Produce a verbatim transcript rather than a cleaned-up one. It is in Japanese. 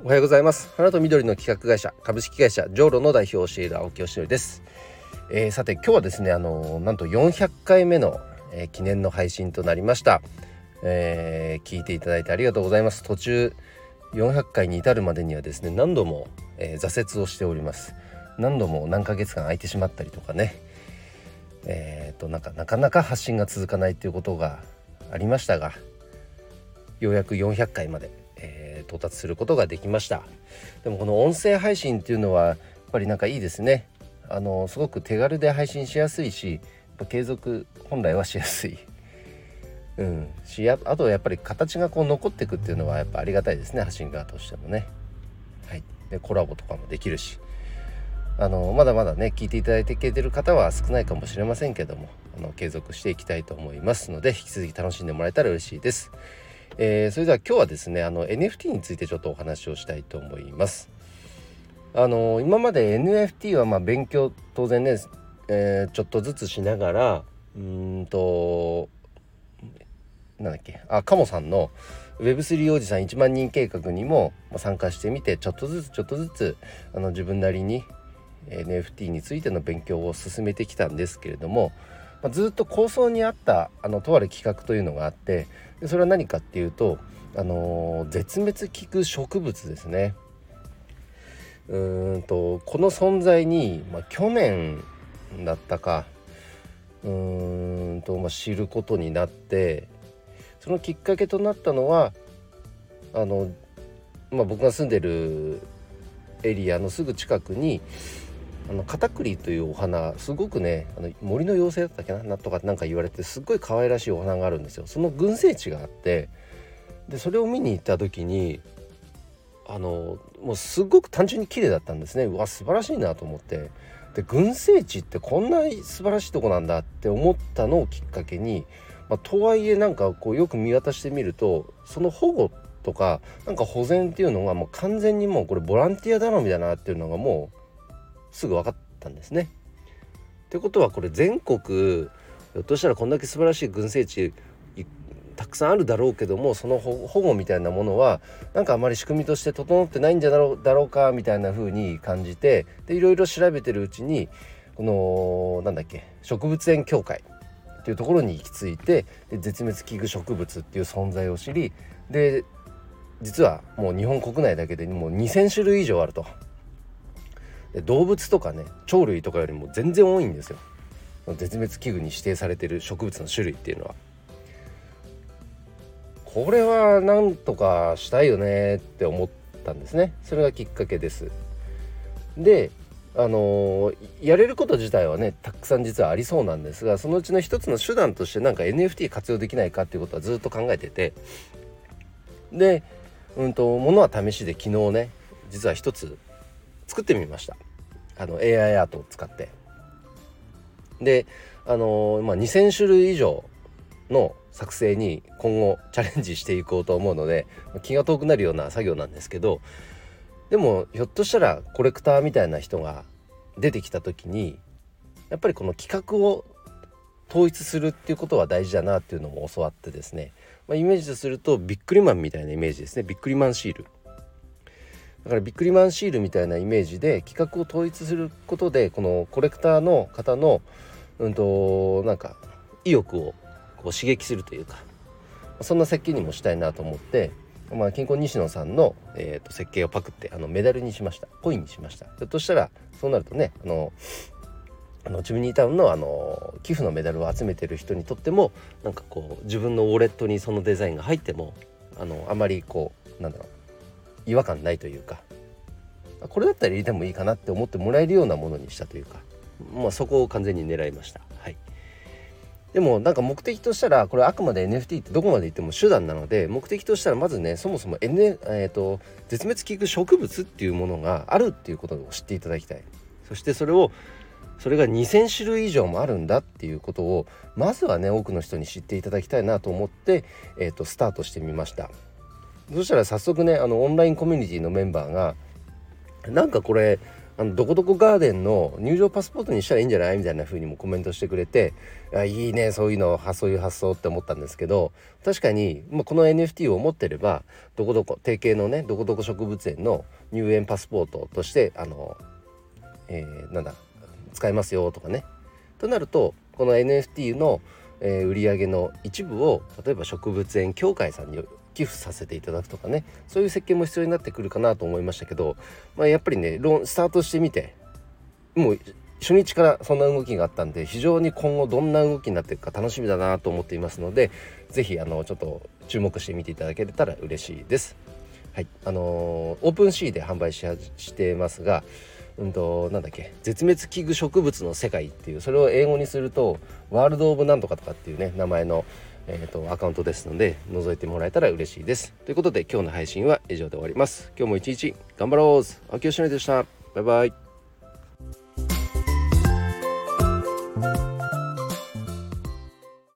おはようございます。花と緑の企画会社株式会社ジョーロの代表をしている青木よしのりです。えー、さて今日はですねあのなんとよんひゃっかいめの、えー、記念の配信となりました、えー、聞いていただいてありがとうございます。途中よんひゃっかいに至るまでにはですね何度も、えー、挫折をしております。何度も何ヶ月間空いてしまったりとかね、えー、となんかなかなか発信が続かないということがありましたが、ようやくよんひゃっかいまで、えー、到達することができました。でもこの音声配信っていうのはやっぱりなんかいいですね。あのすごく手軽で配信しやすいし、やっぱ継続本来はしやすい、うん、しあとはやっぱり形がこう残っていくっていうのはやっぱありがたいですね、発信側としてもね。はい、でコラボとかもできるし、あのまだまだね聞いていただいていけてる方は少ないかもしれませんけども、あの継続していきたいと思いますので、引き続き楽しんでもらえたら嬉しいです。えー、それでは今日はですねあの エヌエフティー についてちょっとお話をしたいと思います。あの今まで エヌエフティー はまあ勉強当然ね、えー、ちょっとずつしながらうーんとなんだっけあカモさんの ウェブスリー おじさんいちまんにん計画にも参加してみて、ちょっとずつちょっとずつあの自分なりに エヌエフティー についての勉強を進めてきたんですけれども、まあ、ずっと構想にあったあのとある企画というのがあって、でそれは何かっていうと、あのー、絶滅危惧植物ですね。うーんとこの存在に、まあ、去年だったかうーんと、まあ、知ることになって、そのきっかけとなったのはあの、まあ、僕が住んでるエリアのすぐ近くにあのカタクリというお花、すごくねあの森の妖精だったっけななとかなんか言われて、すっごい可愛らしいお花があるんですよ。その群生地があって、でそれを見に行った時にあのもうすごく単純に綺麗だったんですね。うわ素晴らしいなと思って、で群生地ってこんな素晴らしいとこなんだって思ったのをきっかけに、まあ、とはいえなんかこうよく見渡してみると、その保護とかなんか保全っていうのがもう完全にもうこれボランティア頼みだなっていうのがもうすぐ分かったんですね。ってことはこれ全国ひょっとしたらこんだけ素晴らしい群生地たくさんあるだろうけども、その保護みたいなものはなんかあまり仕組みとして整ってないんじゃだろうだろうかみたいな風に感じて、でいろいろ調べてるうちにこのなんだっけ植物園協会っていうところに行き着いて、で絶滅危惧植物っていう存在を知り、で実はもう日本国内だけでもうにせんしゅるい以上あると。で動物とかね鳥類とかよりも全然多いんですよ、絶滅危惧に指定されている植物の種類っていうのは。これはなんとかしたいよねって思ったんですね。それがきっかけです。であのー、やれること自体はねたくさん実はありそうなんですが、そのうちの一つの手段としてなんか エヌエフティー 活用できないかっていうことはずっと考えてて、でうんとものは試しで昨日ね実は一つ作ってみました。あの エーアイ アイアートを使って。であのー、まあにせんしゅるい以上の作成に今後チャレンジしていこうと思うので、気が遠くなるような作業なんですけど、でもひょっとしたらコレクターみたいな人が出てきた時にやっぱりこの企画を統一するっていうことは大事だなっていうのも教わってですね、まあ、イメージとするとビックリマンみたいなイメージですね。ビックリマンシールだからビックリマンシールみたいなイメージで企画を統一することで、このコレクターの方のうんとなんか意欲をこう刺激するというか、そんな設計にもしたいなと思って、まあ、金婚西野さんの、えー、と設計をパクってあのメダルにしました。コインにしました。ひょっとしたらそうなるとねあのあのチムニータウンのあの寄付のメダルを集めてる人にとってもなんかこう自分のウォレットにそのデザインが入ってもあのあまりこうなんだろう違和感ないというか、これだったら入れてもいいかなって思ってもらえるようなものにしたというか、まあ、そこを完全に狙いました。はい。でもなんか目的としたらこれあくまで エヌエフティー ってどこまで言っても手段なので、目的としたらまずねそもそも、N えー、と絶滅危惧植物っていうものがあるっていうことを知っていただきたい。そしてそれをそれがにせんしゅるい以上もあるんだっていうことをまずはね多くの人に知っていただきたいなと思って、えー、とスタートしてみました。そしたら早速ねあのオンラインコミュニティのメンバーがなんかこれあのどこどこガーデンの入場パスポートにしたらいいんじゃないみたいな風にもコメントしてくれて、あいいねそういうのそういう発想って思ったんですけど、確かに、まあ、この エヌエフティー を持ってればどこどこ提携のねどこどこ植物園の入園パスポートとしてあの、えー、なんだ使えますよとかね、となるとこの エヌエフティー の、えー、売上の一部を例えば植物園協会さんに寄付させていただくとかね、そういう設計も必要になってくるかなと思いましたけど、まあ、やっぱりねロンスタートしてみてもう初日からそんな動きがあったんで、非常に今後どんな動きになっていくか楽しみだなと思っていますので、ぜひあのちょっと注目してみていただけたら嬉しいです。はい、あのー、オープンシーで販売ししてますが、うんとなんだっけ絶滅危惧植物の世界っていう、それを英語にするとワールドオブなんとかとかっていうね名前のえーとアカウントですので、覗いてもらえたら嬉しいです。ということで今日の配信は以上で終わります。今日も一日頑張ろう。秋吉典でした。バイバイ。